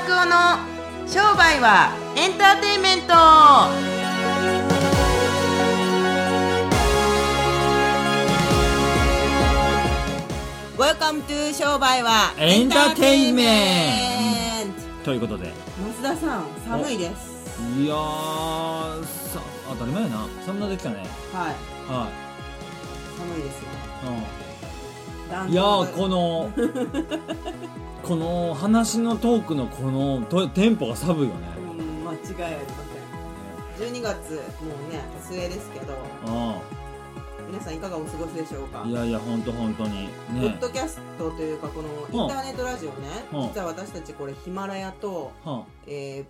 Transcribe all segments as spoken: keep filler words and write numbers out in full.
拓夫の商売はエンターテインメント。Welcome to 商売はエンターテインメントということで、 増田さん寒いです。 いやーさ当たり前やな、寒なってきたね。 はいはい、 寒いですよ。 うん、いやーこのこの話のトークのこのテンポが寒いよね。 うん、間違いありません。じゅうにがつもうね末ですけど、 あ皆さんいかがお過ごしでしょうか。 いやいやほんとほんとにね、 ポッドキャストというかこのインターネットラジオね、 うん、 実は私たちこれヒマラヤと、うん、えー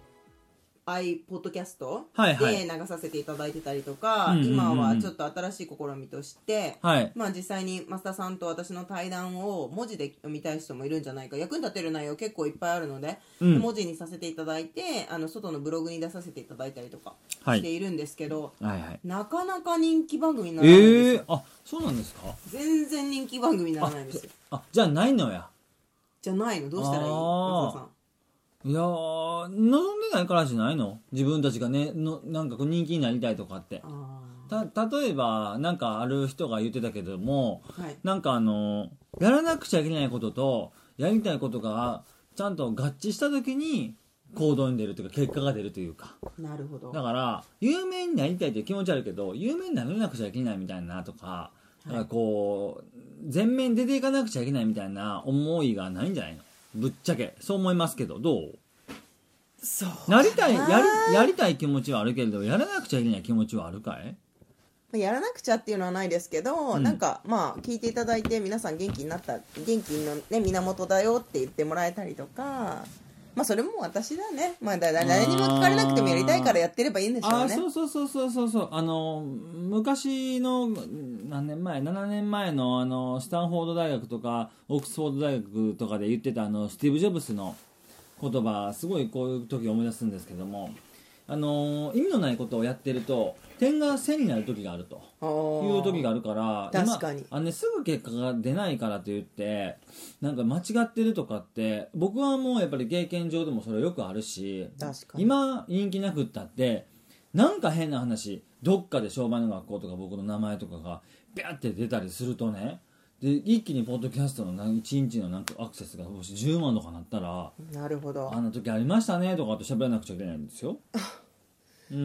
i ポッドキャストで流させていただいてたりとか、はいはい、今はちょっと新しい試みとして、うんうんうん、まあ、実際に増田さんと私の対談を文字で読みたい人もいるんじゃないか、役に立てる内容結構いっぱいあるので、うん、文字にさせていただいて、あの外のブログに出させていただいたりとかしているんですけど、はいはいはい、なかなか人気番組にならないんですよ。 えー、あ、そうなんですか。 全然人気番組にならないんですよ。 あ、じゃあないのや。 じゃないの。どうしたらいい？増田さん。 いやー、望んでないからじゃないの。自分たちがねのなんか人気になりたいとかって。た例えばなんかある人が言ってたけども、はい、なんかあのやらなくちゃいけないこととやりたいことがちゃんと合致した時に行動に出るというか結果が出るというか。 なるほど。 だから有名になりたいという気持ちあるけど有名にならなくちゃいけないみたいなとか、はい、だからこう前面に出ていかなくちゃいけないみたいな思いがないんじゃないの。ぶっちゃけそう思いますけど、どう？ そうなりたい、やり、やりたい気持ちはあるけれどやらなくちゃいけない気持ちはあるかい？ やらなくちゃっていうのはないですけど、うん、なんかまあ聞いていただいて皆さん元気になった元気の、ね、源だよって言ってもらえたりとか、まあそれも私だね、まあ、だ誰にも聞かれなくてもやりたいからやってればいいんでしょうね。 あ、そうそうそうそうそうそう、あの昔の何年前ななねんまえの、あのスタンフォード大学とかオックスフォード大学とかで言ってたあのスティーブ・ジョブスの言葉、すごいこういう時思い出すんですけども、あのー、意味のないことをやってると点が線になる時があるという時があるから、 確かに今あの、ね、すぐ結果が出ないからといってなんか間違ってるとかって僕はもうやっぱり経験上でもそれよくあるし、 確かに今人気なくったってなんか変な話どっかで商売の学校とか僕の名前とかがビャって出たりするとね、で一気にポッドキャストのいちにちのなんかアクセスがもしじゅうまんとかなったら、 なるほど、 あんな時ありましたねとかって喋らなくちゃいけないんですよ。うん、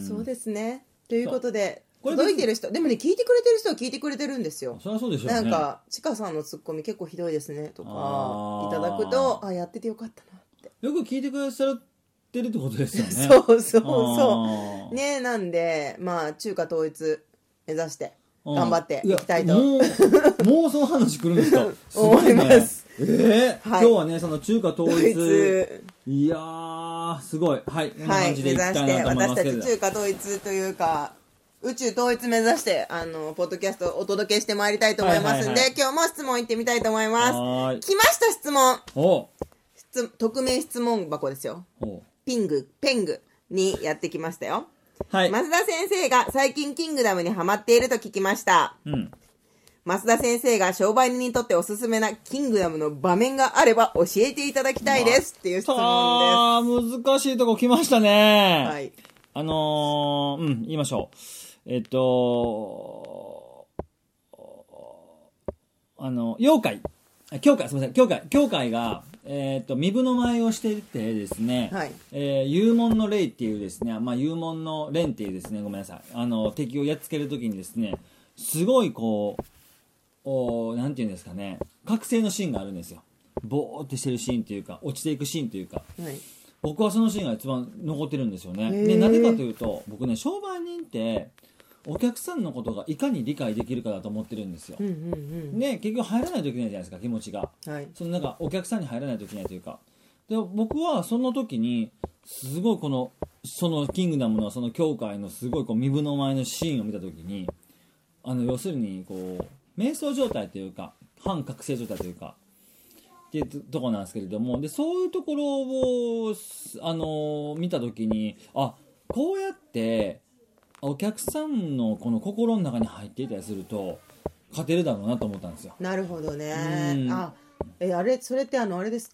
そうですね。ということで届いてる人でもね、聞いてくれてる人は聞いてくれてるんですよ。 そりゃそうでしょうね。 なんかちかさんのツッコミ結構ひどいですねとかいただくと、あ、やっててよかったなって。 よく聞いてくださってるってことですよね。 そうそうそうね。なんでまあ中華統一目指して頑張っていきたいと、もうもうその話来るんですか？すごいね。思います。えーはい、今日はねその中華統一、いやーすごい、はい、こんな感じでいきたいなと思いますけど、 私たち中華統一というか宇宙統一目指してあのポッドキャストをお届けしてまいりたいと思いますんで、はいはいはい、今日も質問いってみたいと思います。来ました質問。お匿名質問箱ですよ。ピングペングにやってきましたよ。はい、増田先生が最近キングダムにハマっていると聞きました、うん、増田先生が商売人にとっておすすめなキングダムの場面があれば教えていただきたいです、ま、っていう質問です。 あー難しいとこ来ましたね。はい、あのー、うん言いましょう。えっとあの妖怪教会すみません教会教会がえー、と身分の前をしていてですね、はい、えー、幽門の霊っていうですね、まあ、幽門の霊っていうですね、ごめんなさい、あの敵をやっつけるときにですね、すごいこうおなんていうんですかね、覚醒のシーンがあるんですよ。ボーってしてるシーンというか落ちていくシーンというか、はい、僕はそのシーンが一番残ってるんですよね。でなぜかというと僕ね、商売人ってお客さんのことがいかに理解できるかだと思ってるんですよ、うんうんうん、で結局入らないといけないじゃないですか、気持ちが、はい、そのなんかお客さんに入らないといけないというか、で僕はその時にすごいこのそのキングダムのその教会のすごいこう身分の前のシーンを見た時に、あの要するにこう瞑想状態というか半覚醒状態というかっていうところなんですけれども、でそういうところをあの見た時に、あ、こうやってお客さんのこの心の中に入っていたりすると勝てるだろうなと思ったんですよ。 なるほどね。あえあれそれってあのあれですか、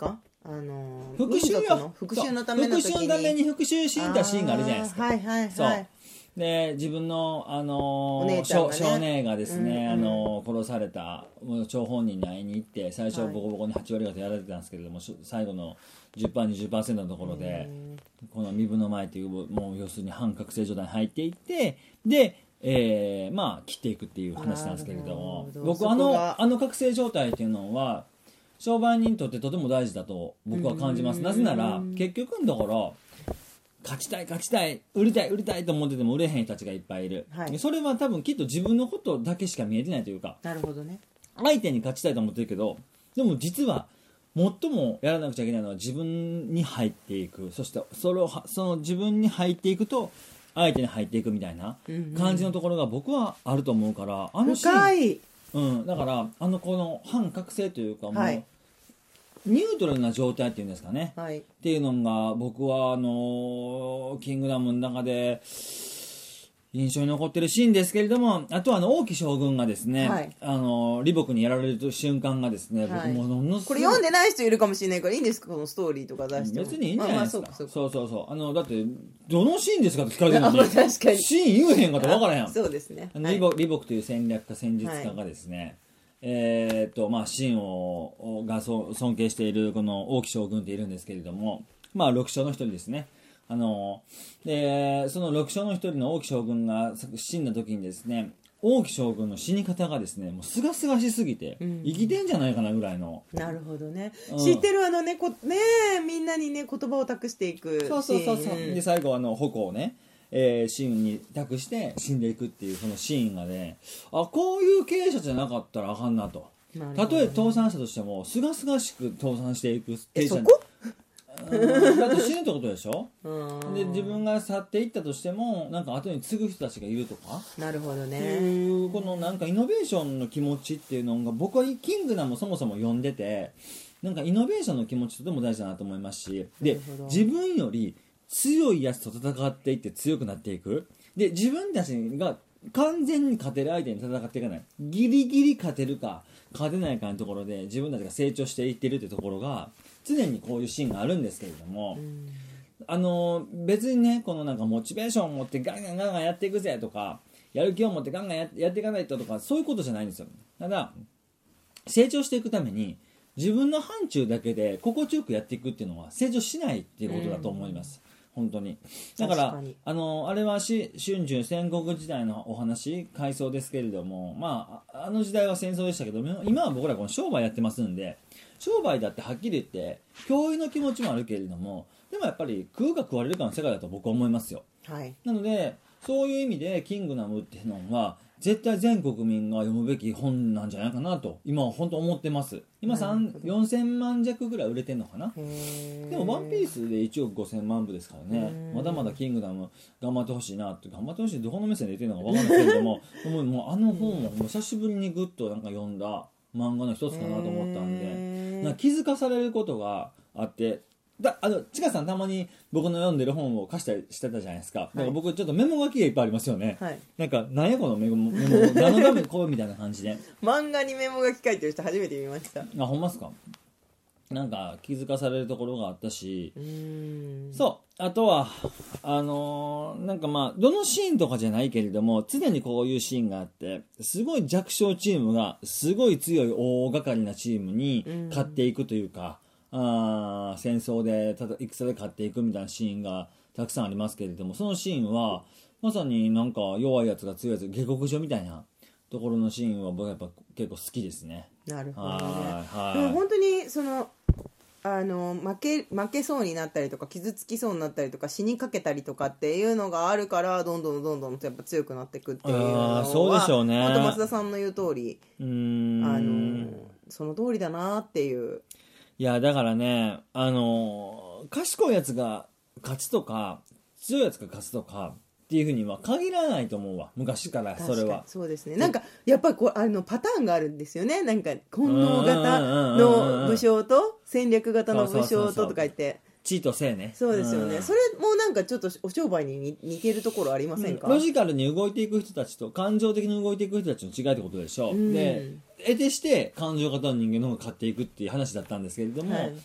あのー、 復讐の復讐のための時に復讐のために復讐しに行ったシーンがあるじゃないですか。 はいはいはい。 そうで自分の、あのーね、少年がですね、うんうん、あのー、殺された張本人に会いに行って最初ボコボコにはち割方やられてたんですけれども、はい、最後の じゅっパーセントにじゅっパーセント のところでこの身分の前というもう要するに半覚醒状態に入っていってで、えー、まあ切っていくっていう話なんですけれども、僕あのあの覚醒状態っていうのは商売人にとってとても大事だと僕は感じます。なぜなら結局のところ勝ちたい勝ちたい売りたい売りたいと思ってても売れへん人たちがいっぱいいる、はい、それは多分きっと自分のことだけしか見えてないというか、 なるほどね、 相手に勝ちたいと思ってるけどでも実は最もやらなくちゃいけないのは自分に入っていく、そしてそれをその自分に入っていくと相手に入っていくみたいな感じのところが僕はあると思うから、あのシーン、深い、うん、だからあのこの反覚醒というかもう、はい、ニュートラルな状態っていうんですかね、はい、っていうのが僕はあのキングダムの中で印象に残ってるシーンですけれども、あとはあの王毅将軍がですね、はい、あの李牧にやられる瞬間がですね、はい、僕ものすごいこれ読んでない人いるかもしれないからいいんですか、このストーリーとか出しても別にいいんじゃないですか、まあまあ、そうそうそうそう、あのだってどのシーンですかって聞かれてるのに確かにシーン言えへんかったら分からへんそうですね、 あの、はい、李牧という戦略家戦術家がですね、はい、えーとまあ、秦をが尊敬しているこの王毅将軍っているんですけれども、まあ、六将の一人ですね。あのでその六将の一人の王毅将軍が死んだ時にですね、王毅将軍の死に方がですねもうすがすがしすぎて、うん、生きてんじゃないかなぐらいの。 なるほどね、うん、知ってるあのねこねみんなにね言葉を託していくシーン、 そうそうそうそう、で最後あの矛をねえー、シーンに託して死んでいくっていうそのシーンがね、あこういう経営者じゃなかったらあかんなと。たとえ倒産したとしてもすがすがしく倒産していく経営者。えそこうんだって死ぬってことでしょで自分が去っていったとしてもなんか後に継ぐ人たちがいるとか、 なるほどね、 っていうこのなんかイノベーションの気持ちっていうのが僕はキングダムもそもそも読んでて、なんかイノベーションの気持ちとても大事だなと思いますし、で自分より強いやつと戦っていって強くなっていく、で自分たちが完全に勝てる相手に戦っていかない、ギリギリ勝てるか勝てないかのところで自分たちが成長していってるってところが常にこういうシーンがあるんですけれども、うん、あの別にねこのなんかモチベーションを持ってガンガンガンガンやっていくぜとかやる気を持ってガンガン や, やっていかないととかそういうことじゃないんですよ。ただ成長していくために自分の範疇だけで心地よくやっていくっていうのは成長しないっていうことだと思います、うん、本当に。だから あのあれは春秋戦国時代のお話回想ですけれども、まああの時代は戦争でしたけど今は僕らこの商売やってますんで、商売だってはっきり言って共有の気持ちもあるけれども、でもやっぱり食うか食われるかの世界だと僕は思いますよ、はい、なのでそういう意味でキングダムっていうのは絶対全国民が読むべき本なんじゃないかなと今は本当思ってます。今よんせんまん弱ぐらい売れてんのかな。でもワンピースでいちおくごせんまん部ですからね、まだまだキングダム頑張ってほしいなって、頑張ってほしいどこの目線で言ってるのか分からないけれどももうもうあの本をもう久しぶりにグッとなんか読んだ漫画の一つかなと思ったんで、なんか気づかされることがあってだあのちかさんたまに僕の読んでる本を貸したりしてたじゃないですか、はい、だから僕ちょっとメモ書きがいっぱいありますよね、はい、なんか何やこのメモメモ何のためにこうみたいな感じで漫画にメモ書き書いてる人初めて見ました。 あほんまっすか。なんか気づかされるところがあったし、うーんそうあとはあのー、なんかまあどのシーンとかじゃないけれども常にこういうシーンがあってすごい弱小チームがすごい強い大掛かりなチームに勝っていくというか、うあ戦争でただ戦で勝っていくみたいなシーンがたくさんありますけれども、そのシーンはまさになんか弱いやつが強いやつ下克上みたいなところのシーンは僕はやっぱ結構好きですね。 なるほどね。はいはい、本当にそのあの負け負けそうになったりとか傷つきそうになったりとか死にかけたりとかっていうのがあるからどんどんどんどんやっぱ強くなっていくっていうのはあそうでしょうね。 本当増田さんの言う通りうーんあのその通りだなっていう。 いやだからねあの賢いやつが勝ちとか強いやつが勝つとかっていうふうには限らないと思うわ昔からそれは。 そうですね。なんかやっぱりこうあのパターンがあるんですよね。なんか本能型の武将と戦略型の武将ととか言って地と性ね。 そうですよね、うん、それもなんかちょっとお商売に似てるところありませんか、 うん、ロジカルに動いていく人たちと感情的に動いていく人たちの違いってことでしょ、うん、で得てして感情型の人間の方が勝っていくっていう話だったんですけれども、はい、これは別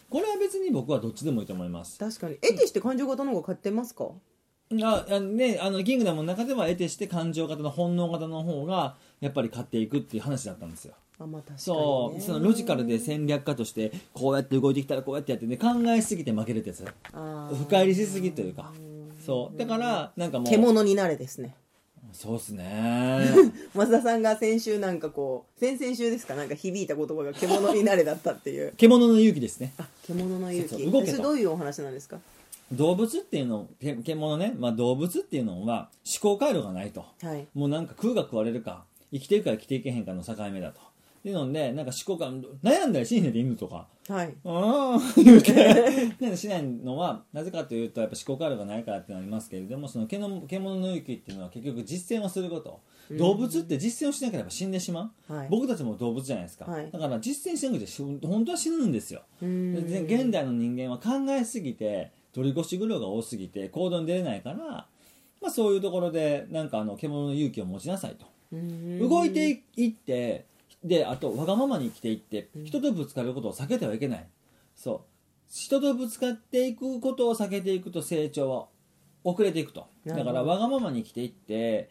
別に僕はどっちでもいいと思います。 確かに得てして感情型の方が勝ってますか？ ああね、あのキングダムの中では得てして感情型の本能型の方がやっぱり勝っていくっていう話だったんですよ。 あ、まあ確かにね、 そうそのロジカルで戦略家としてこうやって動いてきたらこうやってやってね、考えすぎて負けるってやつ、深入りしすぎというか、そうだからなんかもう獣になれですね。 そうっすね増田さんが先週なんかこう先々週ですか、なんか響いた言葉が獣になれだったっていう獣の勇気ですね。 あ、獣の勇気。 そうそう動けと。 それどういうお話なんですか？ 動物っていうのけ獣ね、まあ、動物っていうのは思考回路がないと、はい、もうなんか食うか食われるか生きていくか生きていけへんかの境目だというので、なんか思考回路悩んだりしへんで犬とか、はい、ああ言うてしないのはなぜかというとやっぱ思考回路がないからってなりますけれども、その獣の勇気っていうのは結局実践をすること、うん、動物って実践をしなければ死んでしまう、はい、僕たちも動物じゃないですか、はい、だから実践しなくて本当は死ぬんですよ。で現代の人間は考えすぎて取り越し苦労が多すぎて行動に出れないから、まあ、そういうところでなんかあの獣の勇気を持ちなさいと、動いていってで、あとわがままに生きていって人とぶつかることを避けてはいけない。そう人とぶつかっていくことを避けていくと成長は遅れていくと。だからわがままに生きていって、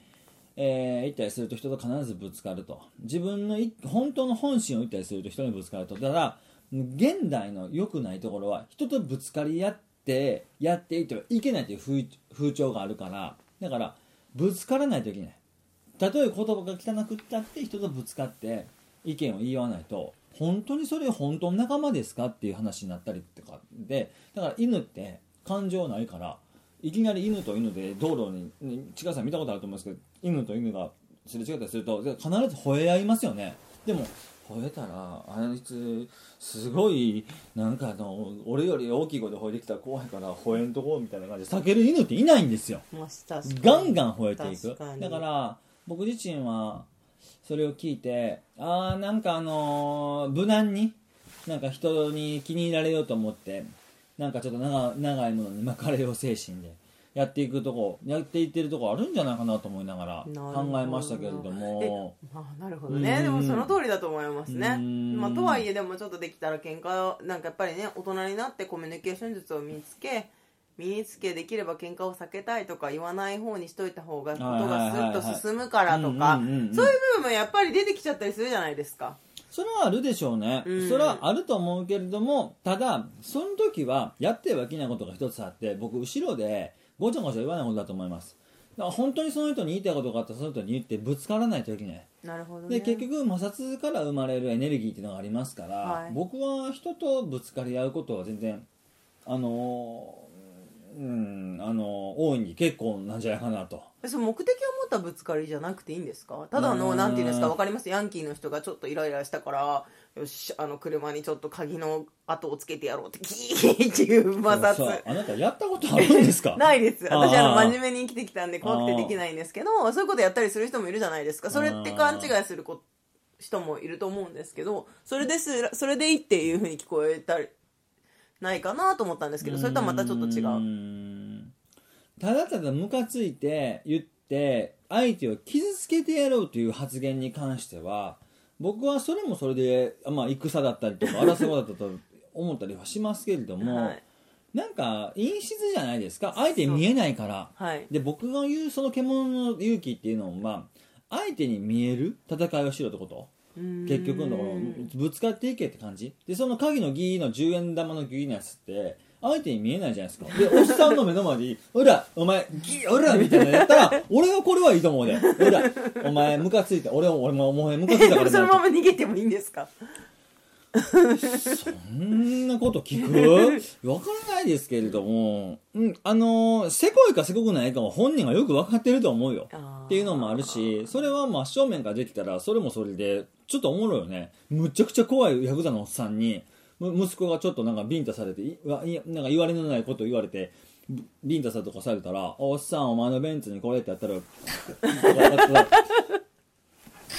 えー、行ったりすると人と必ずぶつかると、自分の本当の本心を言ったりすると人にぶつかると。だから現代の良くないところは人とぶつかり合ってやっていってはいけないという 風, 風潮があるから、だからぶつからないといけない。たとえ言葉が汚くったって人とぶつかって意見を言い合わないと、本当にそれ本当の仲間ですかっていう話になったりとかで、だから犬って感情ないから、いきなり犬と犬で道路に近さん見たことあると思うんですけど、犬と犬がすれ違ったりすると必ず吠え合いますよね。でも吠えたらあいつすごいなんかあの俺より大きい声で吠えてきたら怖いから吠えんとこうみたいな感じで避ける犬っていないんですよ。ガンガン吠えていく。だから僕自身はそれを聞いて、ああなんかあのー、無難になんか人に気に入られようと思ってなんかちょっと 長, 長いものに巻かれよう精神でやっていくとこやっていってるとこあるんじゃないかなと思いながら考えましたけれども。 あ、なるほどね。でもその通りだと思いますね。まあ、とはいえでもちょっとできたら喧嘩をなんかやっぱりね、大人になってコミュニケーション術を見つけ身につけできれば喧嘩を避けたいとか言わない方にしといた方がことがスッと進むからとか、そういう部分もやっぱり出てきちゃったりするじゃないですか。 それはあるでしょうね、うん、それはあると思うけれども、ただその時はやってはいけないことが一つあって、僕後ろでごちゃごちゃ言わないことだと思います。だから本当にその人に言いたいことがあったらその人に言ってぶつからないといけない。 なるほどね。 で結局摩擦から生まれるエネルギーっていうのがありますから、はい、僕は人とぶつかり合うことは全然あのーうん、あの大いに結構なんじゃないかなと。 その目的を持ったぶつかりじゃなくていいんですか？ただのなんていうんですか、わかります？ヤンキーの人がちょっとイライラしたからよしあの車にちょっと鍵の跡をつけてやろうってギーっていう摩擦。 そうそう、あなたやったことあるんですか？ ないです。私あの真面目に生きてきたんで怖くてできないんですけど、そういうことやったりする人もいるじゃないですか。それって勘違いする人もいると思うんですけど、それですそれでいいっていう風に聞こえたりないかなと思ったんですけど、それとはまたちょっと違う。うーん、ただただムカついて言って相手を傷つけてやろうという発言に関しては、僕はそれもそれで、まあ、戦だったりとか争いだったと思ったりはしますけれども、はい、なんか陰湿じゃないですか。相手に見えないから、はい、で僕が言うその獣の勇気っていうのは相手に見える戦いをしろってこと。結局のところぶつかっていけって感じで、その鍵のギーのじゅうえん玉のギーのやつって相手に見えないじゃないですか。でおっさんの目の前で「おらお前ギーおら」みたいなのやったら俺はこれはいいと思うで「おらお前ムカついて俺俺もお前ムカついたから」 そのまま逃げてもいいんですか？ そんなこと聞くわからないですけれども、うん、あのー、せこいかせこくないかは本人がよく分かってると思うよっていうのもあるし、それは真正面からできたらそれもそれでちょっとおもろいよね。むちゃくちゃ怖いヤクザのおっさんに息子がちょっとなんかビンタされていわいなんか言われのないこと言われてビンタさとかされたら、おっさんお前のベンツにこれってやったら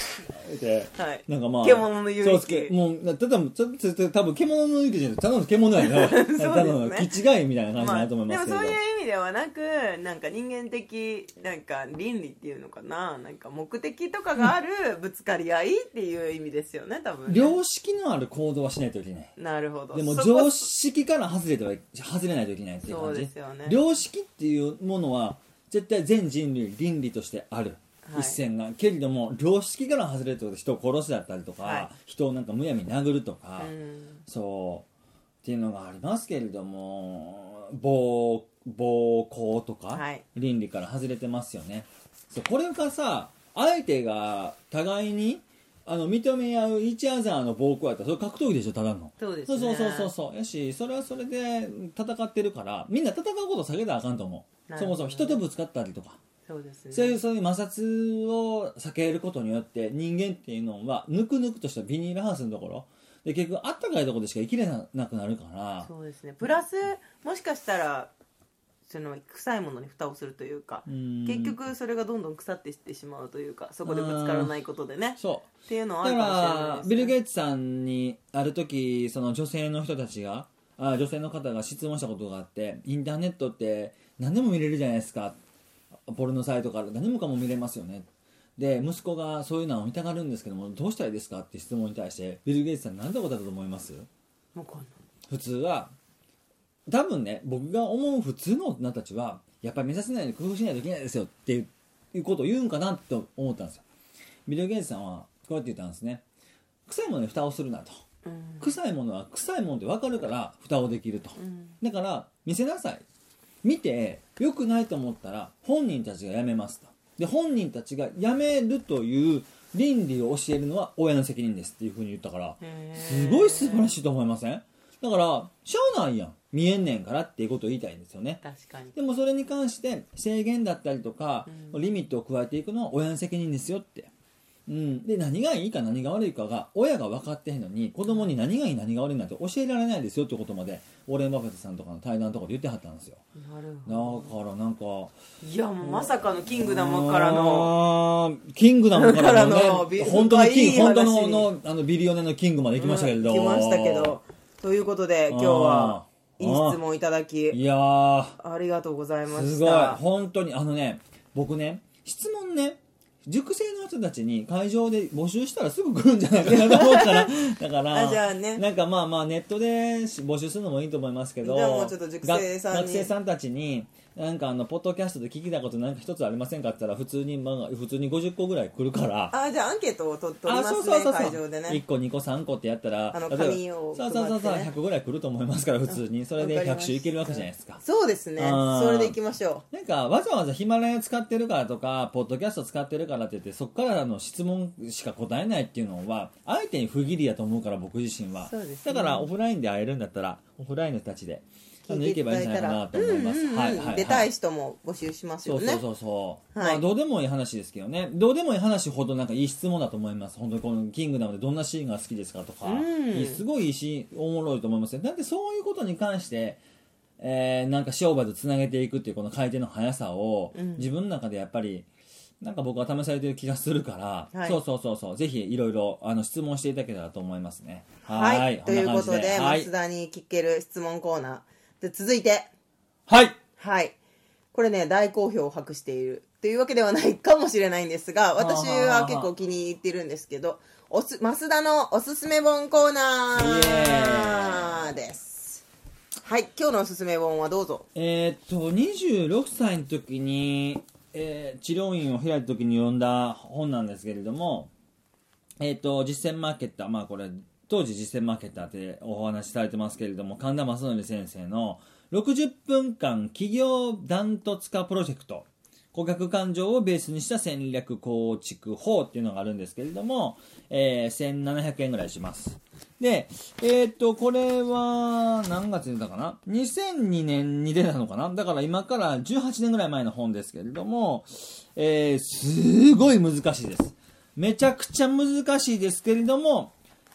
で、 はい、 なんかまあ獣の勇気、 そうもうただちょっと多分獣の勇気じゃなくてただの獣やな、ね、ただの気違いみたいな感じになると思いますけど、 まあ、でもそういう意味ではなくなんか人間的なんか倫理っていうのかな、なんか目的とかがあるぶつかり合いっていう意味ですよね多分ね。 良識のある行動はしないといけない。 なるほど。 でも常識から外れては外れないといけないっていう感じ。そうですよね。良識っていうものは絶対全人類倫理としてある、はい、一線がけれども良識から外れると人を殺すだったりとか、はい、人をなんかむやみに殴るとか、うん、そうっていうのがありますけれども暴暴行とか、はい、倫理から外れてますよね。そうこれがさ相手が互いにあの認め合うイーチアザーの暴行やったらそれ格闘技でしょただの。 そうですね。 そうそうそうそうやしそれはそれで戦ってるからみんな戦うことを避けたらあかんと思う、ね、そもそも人とぶつかったりとかそうですね、 そういうそういう摩擦を避けることによって人間っていうのはぬくぬくとしたビニールハウスのところで結局あったかいところでしか生きれなくなるから。 そうですね。プラスもしかしたらその臭いものに蓋をするというか結局それがどんどん腐っていってしまうというかそこでぶつからないことでねそうっていうのはあるかもしれないですね。だからビル・ゲイツさんにある時その女性の人たちがあ女性の方が質問したことがあってインターネットって何でも見れるじゃないですかポルノサイトから何もかも見れますよねで息子がそういうのを見たがるんですけどもどうしたらいいですかって質問に対してビル・ゲイツさん何て答えたと思います？ わかんない。 普通は多分ね僕が思う普通の大人たちはやっぱり目指せないように工夫しないといけないですよっていうことを言うんかなと思ったんですよ。ビル・ゲイツさんはこうやって言ったんですね。臭いものに蓋をするなと、うん、臭いものは臭いものって分かるから蓋をできると、うん、だから見せなさい見て良くないと思ったら本人たちがやめますとで本人たちがやめるという倫理を教えるのは親の責任ですっていうふうに言ったからすごい素晴らしいと思いません？だからしゃあないやん見えんねんからっていうことを言いたいんですよね。 確かに。 でもそれに関して制限だったりとか、うん、リミットを加えていくのは親の責任ですよって、うん、で何がいいか何が悪いかが親が分かってへんのに子供に何がいい何が悪いなんて教えられないですよってことまでオーレン・バフェットさんとかの対談とかで言ってはったんですよ。 なるほど。だからなんかいやもうまさかのキングダムからのキングダムからのね本当のキング本当ののあのビリオネのキングまで行きましたけど、 うん、行きましたけどということで今日はいい質問いただきいやーありがとうございました。 すごい本当にあのね僕ね質問ね塾生の人たちに会場で募集したらすぐ来るんじゃないかなと思ったらだからじゃあ、ね、 なんかまあまあネットで募集するのもいいと思いますけどじゃあもうちょっと塾生さんに学生さんたちになんかあのポッドキャストで聞きたことなんか一つありませんかって言ったら普通に、まあ、普通にごじゅっこぐらい来るからあじゃあアンケートを取りますね。そうそうそうそう会場でねいっこにこさんこってやったらあの紙を配って、ね、そうそうそうひゃくぐらい来ると思いますから普通にそれでひゃく種いけるわけじゃないですか。 そうですねそれでいきましょう。なんかわざわざヒマラヤ使ってるからとかポッドキャスト使ってるからって言ってそこからの質問しか答えないっていうのは相手に不義理やと思うから僕自身はそうです、ね、だからオフラインで会えるんだったらオフラインの人たちで行けばいいんじゃないかなと思います。 うんうんうんはいはいはい、出たい人も募集しますよね。 そうそうそうそう、はいまあ、どうでもいい話ですけどねどうでもいい話ほどなんかいい質問だと思います。本当にこのキングダムでどんなシーンが好きですかとか、うん、すごいいいしおもろいと思いますよ。だってそういうことに関して、えー、なんか商売とつなげていくっていうこの回転の速さを、うん、自分の中でやっぱりなんか僕は試されてる気がするから、はい、そうそうそうそうぜひいろいろあの質問していただけたらと思いますね。 はい、はい、ということで増田に聞ける質問コーナーで続いてはいはいこれね大好評を博しているというわけではないかもしれないんですが私は結構気に入ってるんですけどおす増田のおすすめ本コーナーです。はい今日のおすすめ本はどうぞ。 えー、っとにじゅうろくさいの時に、えー、治療院を開いた時に読んだ本なんですけれどもえー、っと実践マーケッターまあこれ当時実践マーケッターってお話しされてますけれども神田正則先生のろくじゅっぷんかん企業ダントツ化プロジェクト顧客感情をベースにした戦略構築法っていうのがあるんですけれども、えー、せんななひゃくえんぐらいします。で、えー、っとこれは何月に出たかなにせんにねんに出たのかなだから今からじゅうはちねんぐらい前の本ですけれども、えー、すごい難しいです。めちゃくちゃ難しいですけれども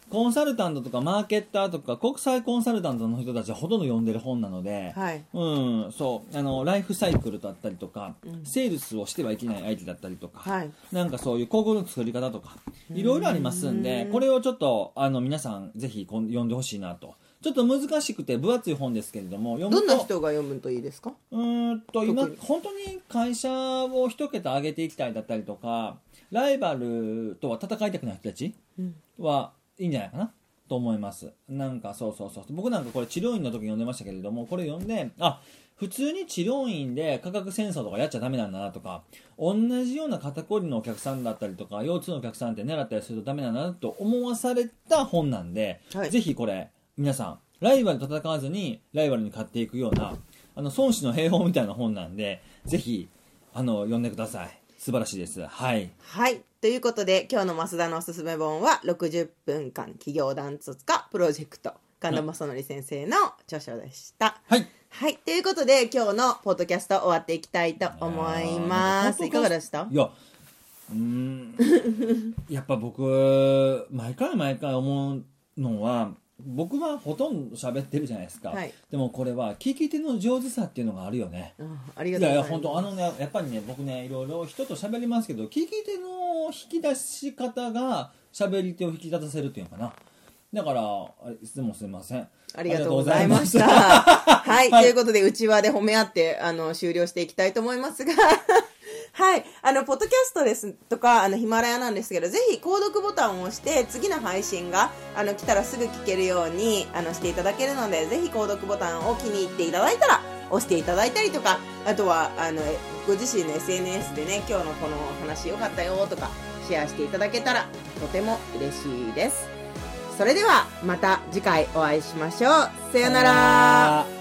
コンサルタントとかマーケッターとか国際コンサルタントの人たちはほとんど読んでる本なので、はい、うん、そうあのライフサイクルだったりとか、うん、セールスをしてはいけない相手だったりとか、はい、なんかそういう広告の作り方とかいろいろありますんで、これをちょっとあの皆さんぜひ読んでほしいなと。ちょっと難しくて分厚い本ですけれども、 読むとどんな人が読むといいですか？ うーんと今本当に会社を一桁上げていきたいだったりとか、ライバルとは戦いたくない人たちはいいんじゃないかなと思います。なんかそうそうそう、僕なんかこれ治療院の時に読んでましたけれども、これ読んで、あ、普通に治療院で価格戦争とかやっちゃダメなんだなとか、同じような肩こりのお客さんだったりとか腰痛のお客さんって狙ったりするとダメなんだなと思わされた本なんで、はい、ぜひこれ皆さんライバルと戦わずにライバルに勝っていくようなあの孫子の兵法みたいな本なんで、ぜひあの読んでください。素晴らしいです。はい、 はい、ということで今日の増田のおすすめ本はろくじゅっぷんかん企業団卒化プロジェクト、神田正則先生の著書でした。はい、はい、ということで今日のポッドキャスト終わっていきたいと思います。いかがでした？ いやうーんやっぱ僕毎回毎回思うのは、僕はほとんど喋ってるじゃないですか、はい、でもこれは聞き手の上手さっていうのがあるよね。 ありがとうございます。いやいや本当あのね、やっぱりね、僕ねいろいろ人と喋りますけど、聞き手の引き出し方が喋り手を引き立たせるっていうのかな。だからいつもすいません、 ありがとうございましたはい、はい、ということで内輪で褒め合ってあの終了していきたいと思いますがはい、あのポッドキャストですとかあのヒマラヤなんですけど、ぜひ購読ボタンを押して次の配信があの来たらすぐ聞けるようにあのしていただけるので、ぜひ購読ボタンを気に入っていただいたら押していただいたりとか、あとはあのご自身の エスエヌエス でね、今日のこの話よかったよとかシェアしていただけたらとても嬉しいです。それではまた次回お会いしましょう。さよなら。